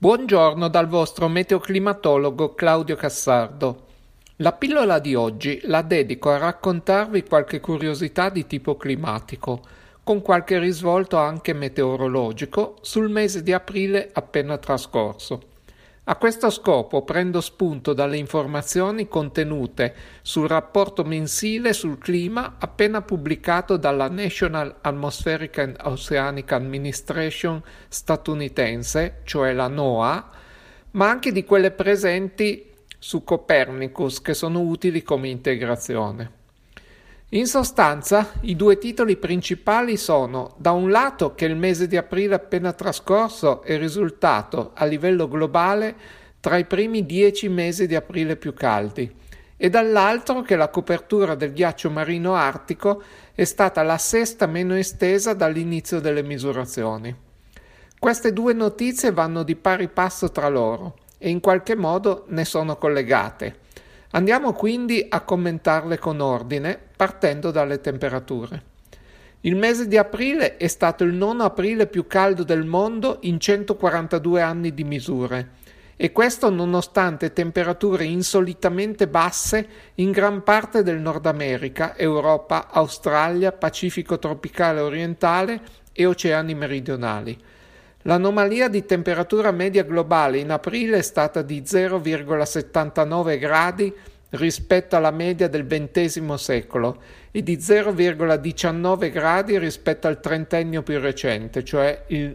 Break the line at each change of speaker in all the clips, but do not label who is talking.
Buongiorno dal vostro meteoclimatologo Claudio Cassardo. La pillola di oggi la dedico a raccontarvi qualche curiosità di tipo climatico, con qualche risvolto anche meteorologico sul mese di aprile appena trascorso. A questo scopo prendo spunto dalle informazioni contenute sul rapporto mensile sul clima appena pubblicato dalla National Atmospheric and Oceanic Administration statunitense, cioè la NOAA, ma anche di quelle presenti su Copernicus, che sono utili come integrazione. In sostanza, i due titoli principali sono, da un lato, che il mese di aprile appena trascorso è risultato, a livello globale, tra i primi 10 mesi di aprile più caldi, e dall'altro che la copertura del ghiaccio marino artico è stata la sesta meno estesa dall'inizio delle misurazioni. Queste due notizie vanno di pari passo tra loro e in qualche modo ne sono collegate. Andiamo quindi a commentarle con ordine, partendo dalle temperature. Il mese di aprile è stato il nono aprile più caldo del mondo in 142 anni di misure, e questo nonostante temperature insolitamente basse in gran parte del Nord America, Europa, Australia, Pacifico tropicale orientale e oceani meridionali. L'anomalia di temperatura media globale in aprile è stata di 0,79 gradi rispetto alla media del XX secolo e di 0,19 gradi rispetto al trentennio più recente, cioè il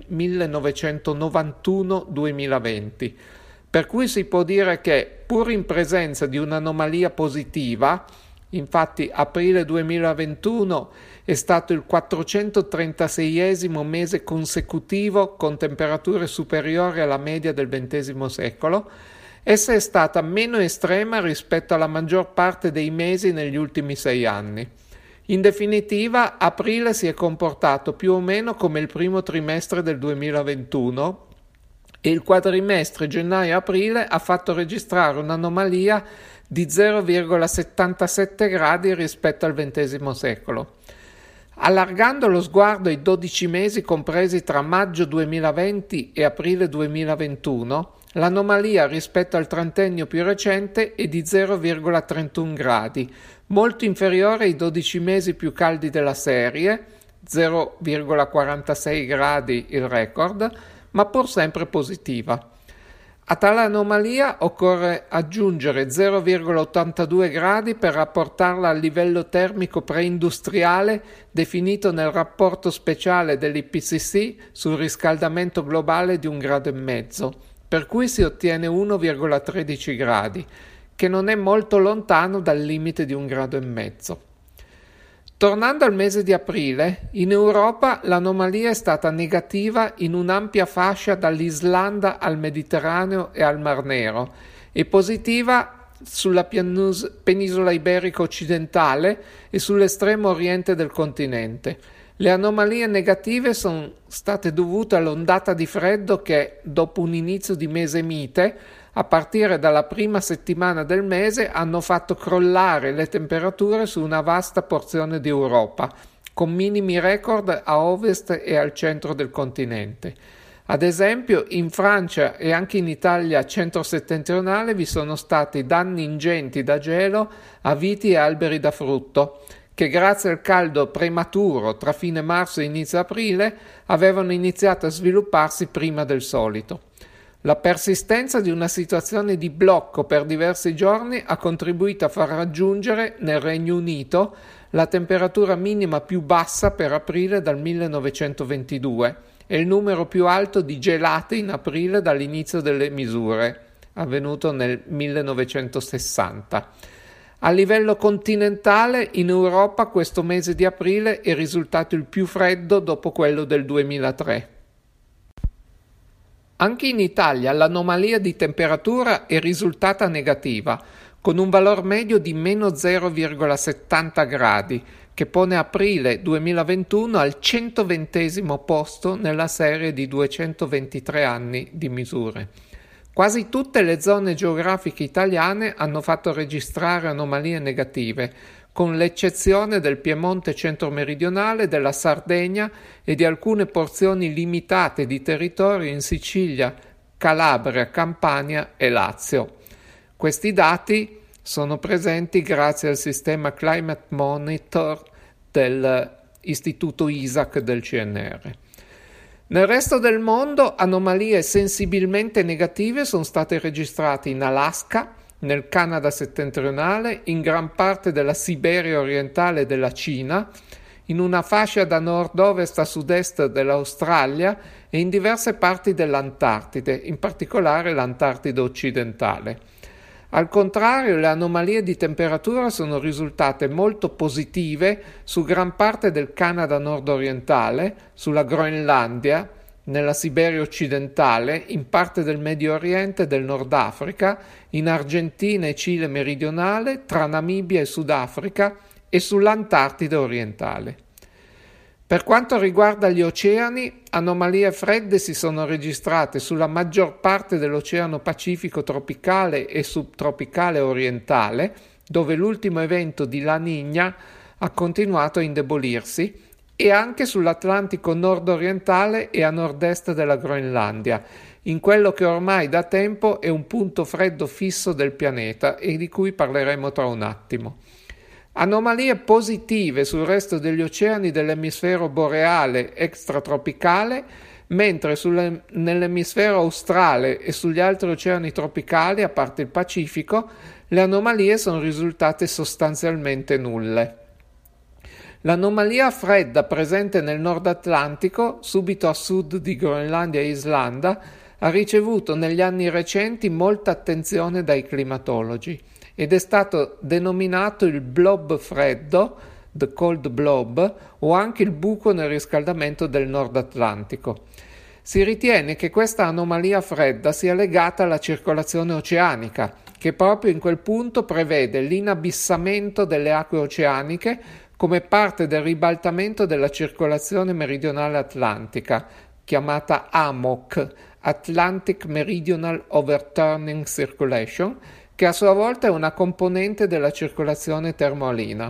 1991-2020. Per cui si può dire che, pur in presenza di un'anomalia positiva, infatti aprile 2021 è stato il 436esimo mese consecutivo con temperature superiori alla media del XX secolo, essa è stata meno estrema rispetto alla maggior parte dei mesi negli ultimi 6 anni. In definitiva, aprile si è comportato più o meno come il primo trimestre del 2021 e il quadrimestre gennaio-aprile ha fatto registrare un'anomalia di 0,77 gradi rispetto al XX secolo. Allargando lo sguardo ai 12 mesi compresi tra maggio 2020 e aprile 2021, l'anomalia rispetto al trentennio più recente è di 0,31 gradi, molto inferiore ai 12 mesi più caldi della serie, 0,46 gradi il record, ma pur sempre positiva. A tale anomalia occorre aggiungere 0,82 gradi per rapportarla al livello termico preindustriale definito nel rapporto speciale dell'IPCC sul riscaldamento globale di 1,5 gradi, per cui si ottiene 1,13 gradi, che non è molto lontano dal limite di 1,5 gradi. Tornando al mese di aprile, in Europa l'anomalia è stata negativa in un'ampia fascia dall'Islanda al Mediterraneo e al Mar Nero e positiva sulla penisola iberica occidentale e sull'estremo oriente del continente. Le anomalie negative sono state dovute all'ondata di freddo che, dopo un inizio di mese mite, a partire dalla prima settimana del mese hanno fatto crollare le temperature su una vasta porzione di Europa, con minimi record a ovest e al centro del continente. Ad esempio, in Francia e anche in Italia centro-settentrionale vi sono stati danni ingenti da gelo a viti e alberi da frutto, che grazie al caldo prematuro tra fine marzo e inizio aprile avevano iniziato a svilupparsi prima del solito. La persistenza di una situazione di blocco per diversi giorni ha contribuito a far raggiungere nel Regno Unito la temperatura minima più bassa per aprile dal 1922 e il numero più alto di gelate in aprile dall'inizio delle misure, avvenuto nel 1960. A livello continentale, in Europa questo mese di aprile è risultato il più freddo dopo quello del 2003. Anche in Italia l'anomalia di temperatura è risultata negativa, con un valor medio di meno 0,70 gradi, che pone aprile 2021 al 120° posto nella serie di 223 anni di misure. Quasi tutte le zone geografiche italiane hanno fatto registrare anomalie negative, con l'eccezione del Piemonte centro-meridionale, della Sardegna e di alcune porzioni limitate di territorio in Sicilia, Calabria, Campania e Lazio. Questi dati sono presenti grazie al sistema Climate Monitor dell'Istituto ISAC del CNR. Nel resto del mondo anomalie sensibilmente negative sono state registrate in Alaska, nel Canada settentrionale, in gran parte della Siberia orientale della Cina, in una fascia da nord-ovest a sud-est dell'Australia e in diverse parti dell'Antartide, in particolare l'Antartide occidentale. Al contrario, le anomalie di temperatura sono risultate molto positive su gran parte del Canada nord-orientale, sulla Groenlandia, nella Siberia occidentale, in parte del Medio Oriente e del Nord Africa, in Argentina e Cile meridionale, tra Namibia e Sudafrica e sull'Antartide orientale. Per quanto riguarda gli oceani, anomalie fredde si sono registrate sulla maggior parte dell'Oceano Pacifico tropicale e subtropicale orientale, dove l'ultimo evento di La Niña ha continuato a indebolirsi, e anche sull'Atlantico nord-orientale e a nord-est della Groenlandia, in quello che ormai da tempo è un punto freddo fisso del pianeta e di cui parleremo tra un attimo. Anomalie positive sul resto degli oceani dell'emisfero boreale extratropicale, mentre nell'emisfero australe e sugli altri oceani tropicali, a parte il Pacifico, le anomalie sono risultate sostanzialmente nulle. L'anomalia fredda presente nel Nord Atlantico, subito a sud di Groenlandia e Islanda, ha ricevuto negli anni recenti molta attenzione dai climatologi ed è stato denominato il blob freddo, the cold blob, o anche il buco nel riscaldamento del Nord Atlantico. Si ritiene che questa anomalia fredda sia legata alla circolazione oceanica, che proprio in quel punto prevede l'inabissamento delle acque oceaniche come parte del ribaltamento della circolazione meridionale atlantica, chiamata AMOC, Atlantic Meridional Overturning Circulation, che a sua volta è una componente della circolazione termoalina.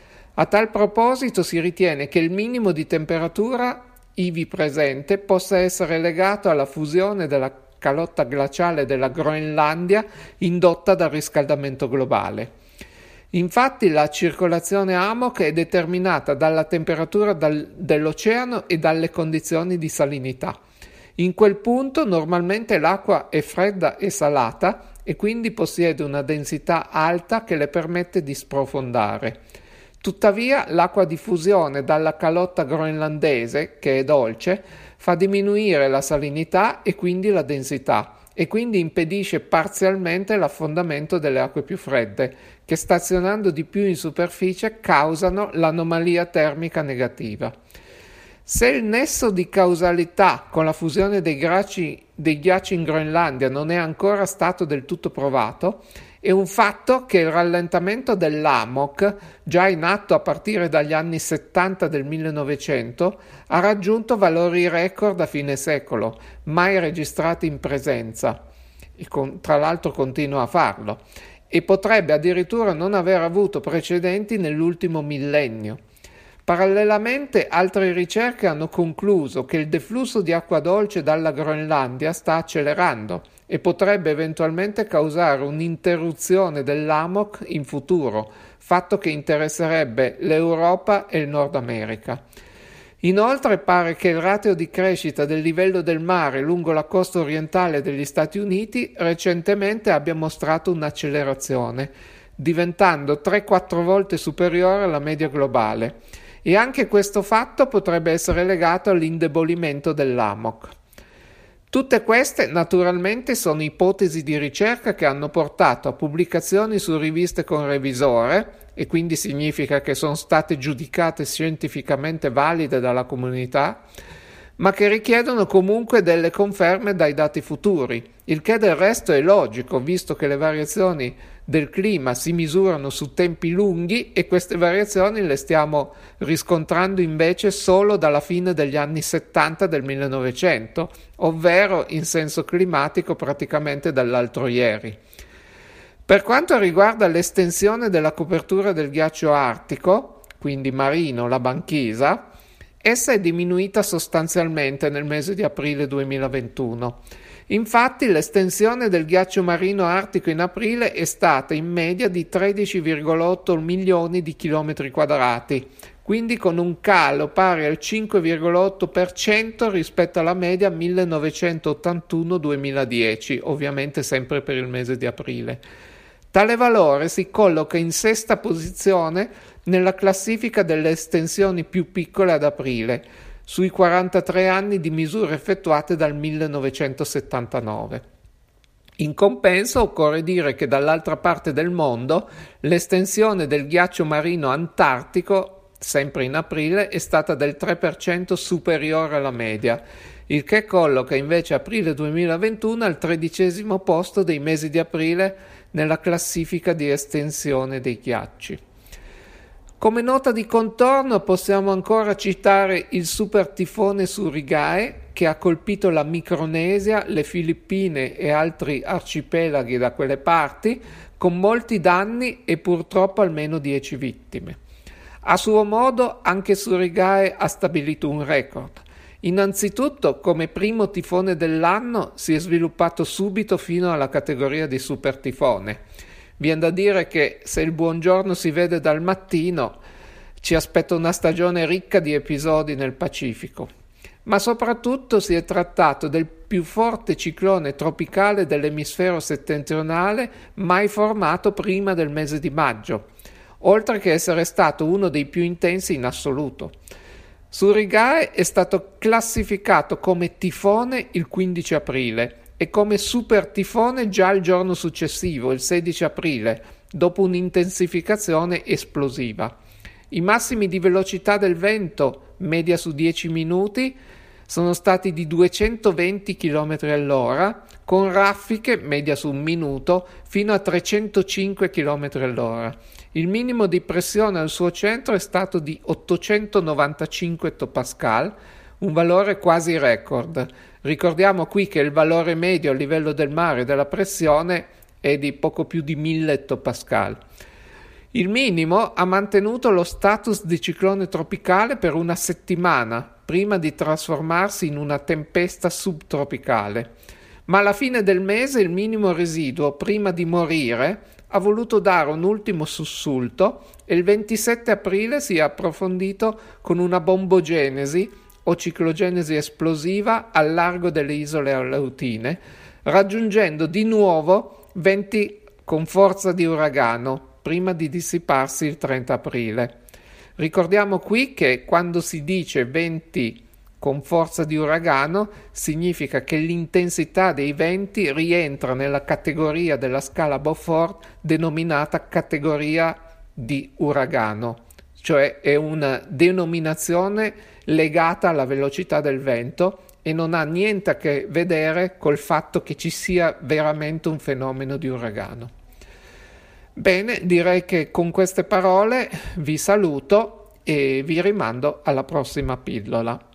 A tal proposito si ritiene che il minimo di temperatura ivi presente possa essere legato alla fusione della calotta glaciale della Groenlandia indotta dal riscaldamento globale. Infatti la circolazione AMOC è determinata dalla temperatura dell'oceano e dalle condizioni di salinità. In quel punto normalmente l'acqua è fredda e salata e quindi possiede una densità alta che le permette di sprofondare. Tuttavia l'acqua di fusione dalla calotta groenlandese, che è dolce, fa diminuire la salinità e quindi la densità, e quindi impedisce parzialmente l'affondamento delle acque più fredde, che stazionando di più in superficie causano l'anomalia termica negativa. Se il nesso di causalità con la fusione dei ghiacci in Groenlandia non è ancora stato del tutto provato, è un fatto che il rallentamento dell'AMOC, già in atto a partire dagli anni 70 del 1900, ha raggiunto valori record a fine secolo, mai registrati in presenza, e tra l'altro continua a farlo, e potrebbe addirittura non aver avuto precedenti nell'ultimo millennio. Parallelamente, altre ricerche hanno concluso che il deflusso di acqua dolce dalla Groenlandia sta accelerando e potrebbe eventualmente causare un'interruzione dell'AMOC in futuro, fatto che interesserebbe l'Europa e il Nord America. Inoltre pare che il ratio di crescita del livello del mare lungo la costa orientale degli Stati Uniti recentemente abbia mostrato un'accelerazione, diventando 3-4 volte superiore alla media globale. E anche questo fatto potrebbe essere legato all'indebolimento dell'AMOC. Tutte queste naturalmente sono ipotesi di ricerca che hanno portato a pubblicazioni su riviste con revisore, e quindi significa che sono state giudicate scientificamente valide dalla comunità, ma che richiedono comunque delle conferme dai dati futuri, il che del resto è logico, visto che le variazioni del clima si misurano su tempi lunghi e queste variazioni le stiamo riscontrando invece solo dalla fine degli anni 70 del 1900, ovvero in senso climatico praticamente dall'altro ieri. Per quanto riguarda l'estensione della copertura del ghiaccio artico, quindi marino, la banchisa, essa è diminuita sostanzialmente nel mese di aprile 2021. Infatti l'estensione del ghiaccio marino artico in aprile è stata in media di 13,8 milioni di chilometri quadrati, quindi con un calo pari al 5,8% rispetto alla media 1981-2010, ovviamente sempre per il mese di aprile. Tale valore si colloca in sesta posizione nella classifica delle estensioni più piccole ad aprile, sui 43 anni di misure effettuate dal 1979. In compenso occorre dire che dall'altra parte del mondo l'estensione del ghiaccio marino antartico, sempre in aprile, è stata del 3% superiore alla media, il che colloca invece aprile 2021 al 13° posto dei mesi di aprile nella classifica di estensione dei ghiacci. Come nota di contorno possiamo ancora citare il super tifone Surigae che ha colpito la Micronesia, le Filippine e altri arcipelaghi da quelle parti, con molti danni e purtroppo almeno 10 vittime. A suo modo anche Surigae ha stabilito un record. Innanzitutto, come primo tifone dell'anno, si è sviluppato subito fino alla categoria di super tifone. Viene da dire che se il buongiorno si vede dal mattino, ci aspetta una stagione ricca di episodi nel Pacifico. Ma soprattutto si è trattato del più forte ciclone tropicale dell'emisfero settentrionale mai formato prima del mese di maggio, oltre che essere stato uno dei più intensi in assoluto. Surigae è stato classificato come tifone il 15 aprile e come super tifone già il giorno successivo, il 16 aprile, dopo un'intensificazione esplosiva. I massimi di velocità del vento, media su 10 minuti, sono stati di 220 km all'ora, con raffiche, media su un minuto, fino a 305 km all'ora. Il minimo di pressione al suo centro è stato di 895 ettopascal, un valore quasi record. Ricordiamo qui che il valore medio a livello del mare della pressione è di poco più di 1000 ettopascal. Il minimo ha mantenuto lo status di ciclone tropicale per una settimana, prima di trasformarsi in una tempesta subtropicale. Ma alla fine del mese il minimo residuo, prima di morire, ha voluto dare un ultimo sussulto e il 27 aprile si è approfondito con una bombogenesi o ciclogenesi esplosiva al largo delle isole Aleutine, raggiungendo di nuovo venti con forza di uragano, prima di dissiparsi il 30 aprile. Ricordiamo qui che quando si dice venti con forza di uragano significa che l'intensità dei venti rientra nella categoria della scala Beaufort denominata categoria di uragano, cioè è una denominazione legata alla velocità del vento e non ha niente a che vedere col fatto che ci sia veramente un fenomeno di uragano. Bene, direi che con queste parole vi saluto e vi rimando alla prossima pillola.